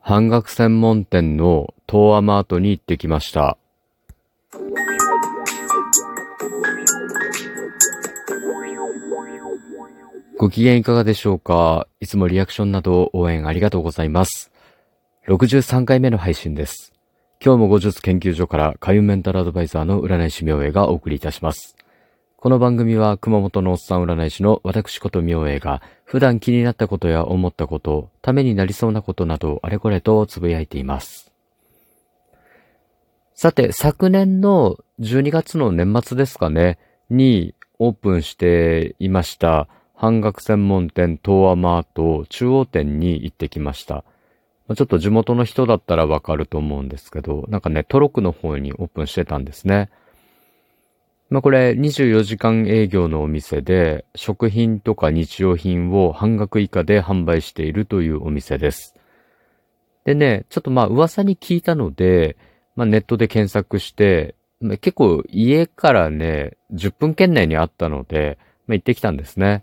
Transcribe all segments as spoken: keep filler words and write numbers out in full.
半額専門店の東亜マートに行ってきました。ご機嫌いかがでしょうか。いつもリアクションなど応援ありがとうございます。ろくじゅうさんかいめの配信です。今日も後日研究所から開運メンタルアドバイザーの占い師明恵がお送りいたします。この番組は熊本のおっさん占い師の私こと明恵が普段気になったことや思ったこと、ためになりそうなことなどあれこれとつぶやいています。さて、昨年のじゅうにがつの年末ですかね、にオープンしていました半額専門店東亜マート中央店に行ってきました。ちょっと地元の人だったらわかると思うんですけど、なんかね、トロクの方にオープンしてたんですね。まあこれにじゅうよじかん営業のお店で、食品とか日用品を半額以下で販売しているというお店です。でね、ちょっとまあ噂に聞いたので、まあネットで検索して、結構家からね、じゅっぷん圏内にあったので、まあ行ってきたんですね。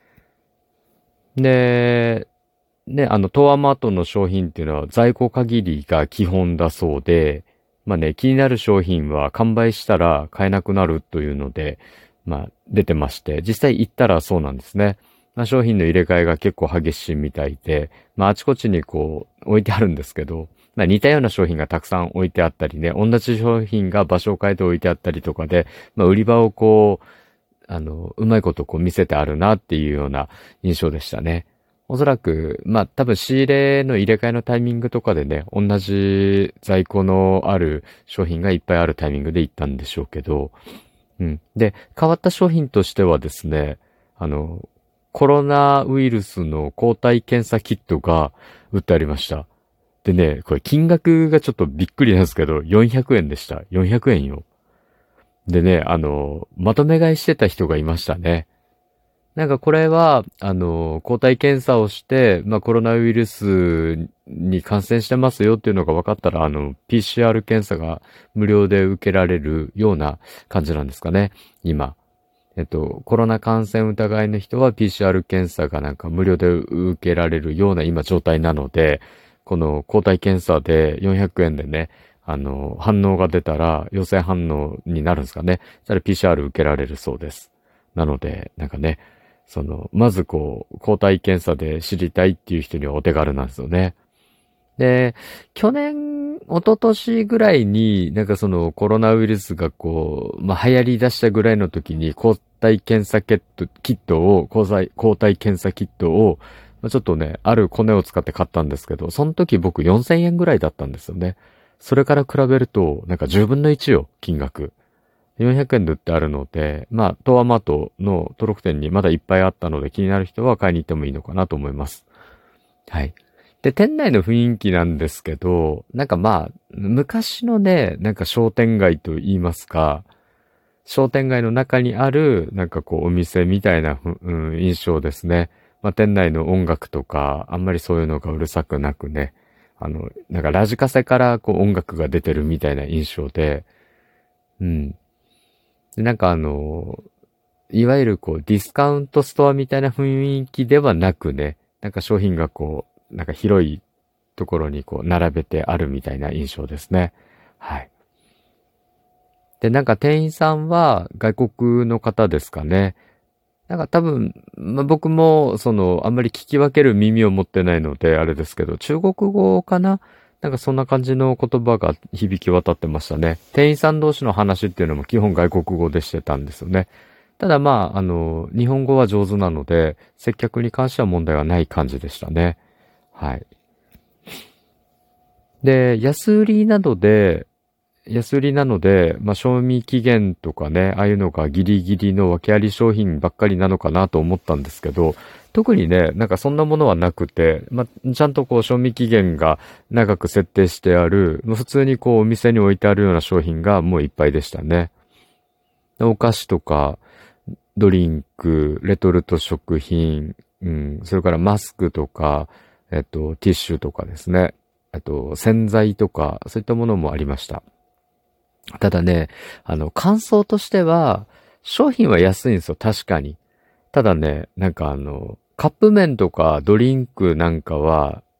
で、ね、あの、東亜マートの商品っていうのは在庫限りが基本だそうで、まあね、気になる商品は完売したら買えなくなるというので、まあ出てまして、実際行ったらそうなんですね。まあ商品の入れ替えが結構激しいみたいで、まああちこちにこう置いてあるんですけど、まあ似たような商品がたくさん置いてあったりね、同じ商品が場所を変えて置いてあったりとかで、まあ売り場をこう、あの、うまいことこう見せてあるなっていうような印象でしたね。おそらく、まあ多分仕入れの入れ替えのタイミングとかでね、同じ在庫のある商品がいっぱいあるタイミングで行ったんでしょうけど、うん。で、変わった商品としてはですね、あの、コロナウイルスの抗体検査キットが売ってありました。でね、これ金額がちょっとびっくりなんですけど、よんひゃくえんでした。よんひゃくえんよ。でね、あの、まとめ買いしてた人がいましたね。なんかこれは、あの、抗体検査をして、まあコロナウイルスに感染してますよっていうのが分かったら、あの、ピーシーアール 検査が無料で受けられるような感じなんですかね、今。えっと、コロナ感染疑いの人は ピーシーアール 検査がなんか無料で受けられるような今状態なので、この抗体検査でよんひゃくえんでね、あの、反応が出たら陽性反応になるんですかね。それ ピーシーアール 受けられるそうです。なので、なんかね、その、まずこう、抗体検査で知りたいっていう人にはお手軽なんですよね。で、去年、一昨年ぐらいに、なんかそのコロナウイルスがこう、まあ、流行り出したぐらいの時に、抗体検査キット、キットを、抗体、抗体検査キットを、まあ、ちょっとね、あるコネを使って買ったんですけど、その時僕よんせんえんぐらいだったんですよね。それから比べると、なんかじゅうぶんのいちよ、金額。よんひゃくえんで売ってあるので、まあ、東亜マートのトロク店にまだいっぱいあったので気になる人は買いに行ってもいいのかなと思います。はい。で、店内の雰囲気なんですけど、なんかまあ、昔のね、なんか商店街と言いますか、商店街の中にある、なんかこうお店みたいな、うん、印象ですね。まあ、店内の音楽とか、あんまりそういうのがうるさくなくね、あの、なんかラジカセからこう音楽が出てるみたいな印象で、うん。でなんかあの、いわゆるこうディスカウントストアみたいな雰囲気ではなくね、なんか商品がこう、なんか広いところにこう並べてあるみたいな印象ですね。はい。で、なんか店員さんは外国の方ですかね。なんか多分、まあ、僕もそのあんまり聞き分ける耳を持ってないのであれですけど、中国語かななんかそんな感じの言葉が響き渡ってましたね。店員さん同士の話っていうのも基本外国語でしてたんですよね。ただまあ、あの、日本語は上手なので、接客に関しては問題はない感じでしたね。はい。で、安売りなどで、安売りなので、まあ、賞味期限とかね、ああいうのがギリギリの訳あり商品ばっかりなのかなと思ったんですけど、特にね、なんかそんなものはなくて、まあ、ちゃんとこう賞味期限が長く設定してある、普通にこうお店に置いてあるような商品がもういっぱいでしたね。お菓子とか、ドリンク、レトルト食品、うん、それからマスクとか、えっと、ティッシュとかですね。あと、洗剤とか、そういったものもありました。ただね、あの、感想としては、商品は安いんですよ、確かに。ただね、なんかあの、カップ麺とかドリンクなんかは、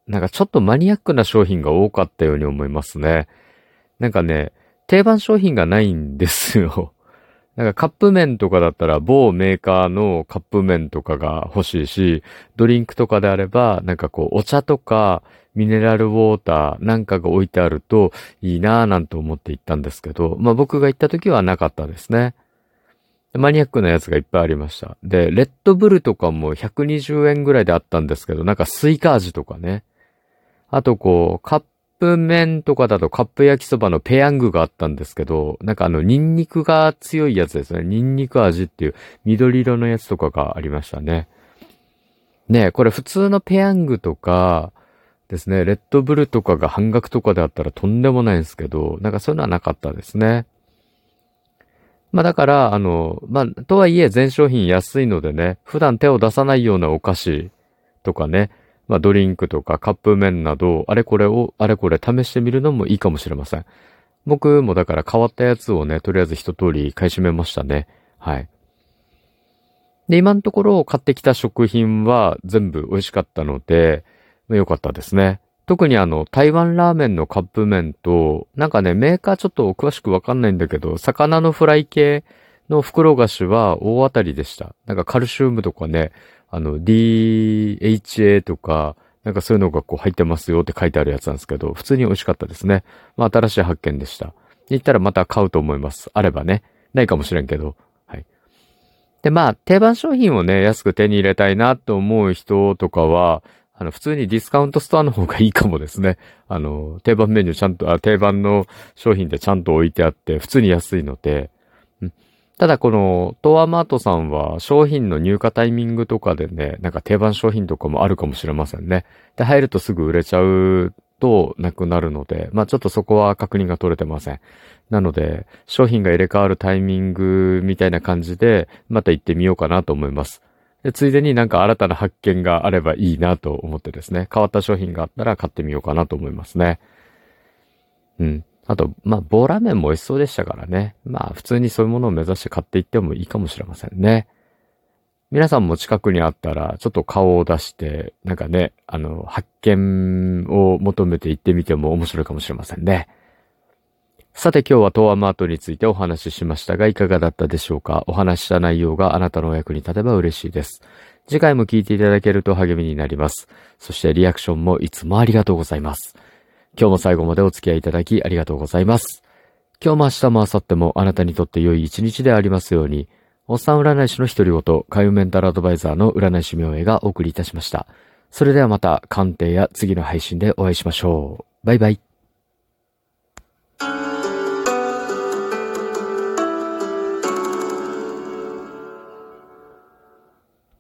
なんかちょっとマニアックな商品が多かったように思いますね。なんかね、定番商品がないんですよ。なんかカップ麺とかだったら某メーカーのカップ麺とかが欲しいし、ドリンクとかであれば、なんかこうお茶とかミネラルウォーターなんかが置いてあるといいなぁなんて思って行ったんですけど、まあ僕が行った時はなかったですね。マニアックなやつがいっぱいありました。で、レッドブルとかもひゃくにじゅうえんぐらいであったんですけど、なんかスイカ味とかね。あとこう、カップ麺とかだとカップ焼きそばのペヤングがあったんですけど、なんかあの、ニンニクが強いやつですね。ニンニク味っていう緑色のやつとかがありましたね。ねえ、これ普通のペヤングとかですね、レッドブルとかが半額とかであったらとんでもないんですけど、なんかそういうのはなかったですね。まあだから、あの、まあ、とはいえ全商品安いのでね、普段手を出さないようなお菓子とかね、まあドリンクとかカップ麺など、あれこれを、あれこれ試してみるのもいいかもしれません。僕もだから変わったやつをね、とりあえず一通り買い占めましたね。はい。で、今のところ買ってきた食品は全部美味しかったので、まあ良かったですね。特にあの、台湾ラーメンのカップ麺と、なんかね、メーカーちょっと詳しくわかんないんだけど、魚のフライ系の袋菓子は大当たりでした。なんかカルシウムとかね、あの、ディーエイチエー とか、なんかそういうのがこう入ってますよって書いてあるやつなんですけど、普通に美味しかったですね。まあ新しい発見でした。行ったらまた買うと思います。あればね。ないかもしれんけど。はい。で、まあ、定番商品をね、安く手に入れたいなと思う人とかは、あの、普通にディスカウントストアの方がいいかもですね。あの、定番メニューちゃんと、あ、定番の商品でちゃんと置いてあって、普通に安いので、うん、ただこの、トアマートさんは商品の入荷タイミングとかでね、なんか定番商品とかもあるかもしれませんね。で、入るとすぐ売れちゃうとなくなるので、まあちょっとそこは確認が取れてません。なので、商品が入れ替わるタイミングみたいな感じで、また行ってみようかなと思います。で、ついでになんか新たな発見があればいいなと思ってですね、変わった商品があったら買ってみようかなと思いますね。うん。あと、まあ、棒ラーメンも美味しそうでしたからね。まあ、普通にそういうものを目指して買っていってもいいかもしれませんね。皆さんも近くにあったら、ちょっと顔を出して、なんかね、あの、発見を求めて行ってみても面白いかもしれませんね。さて今日はトーアマートについてお話ししましたがいかがだったでしょうか。お話しした内容があなたのお役に立てば嬉しいです。次回も聞いていただけると励みになります。そしてリアクションもいつもありがとうございます。今日も最後までお付き合いいただきありがとうございます。今日も明日も明後日もあなたにとって良い一日でありますように、おっさん占い師の独り言、開運メンタルアドバイザーの占い師明恵がお送りいたしました。それではまた鑑定や次の配信でお会いしましょう。バイバイ。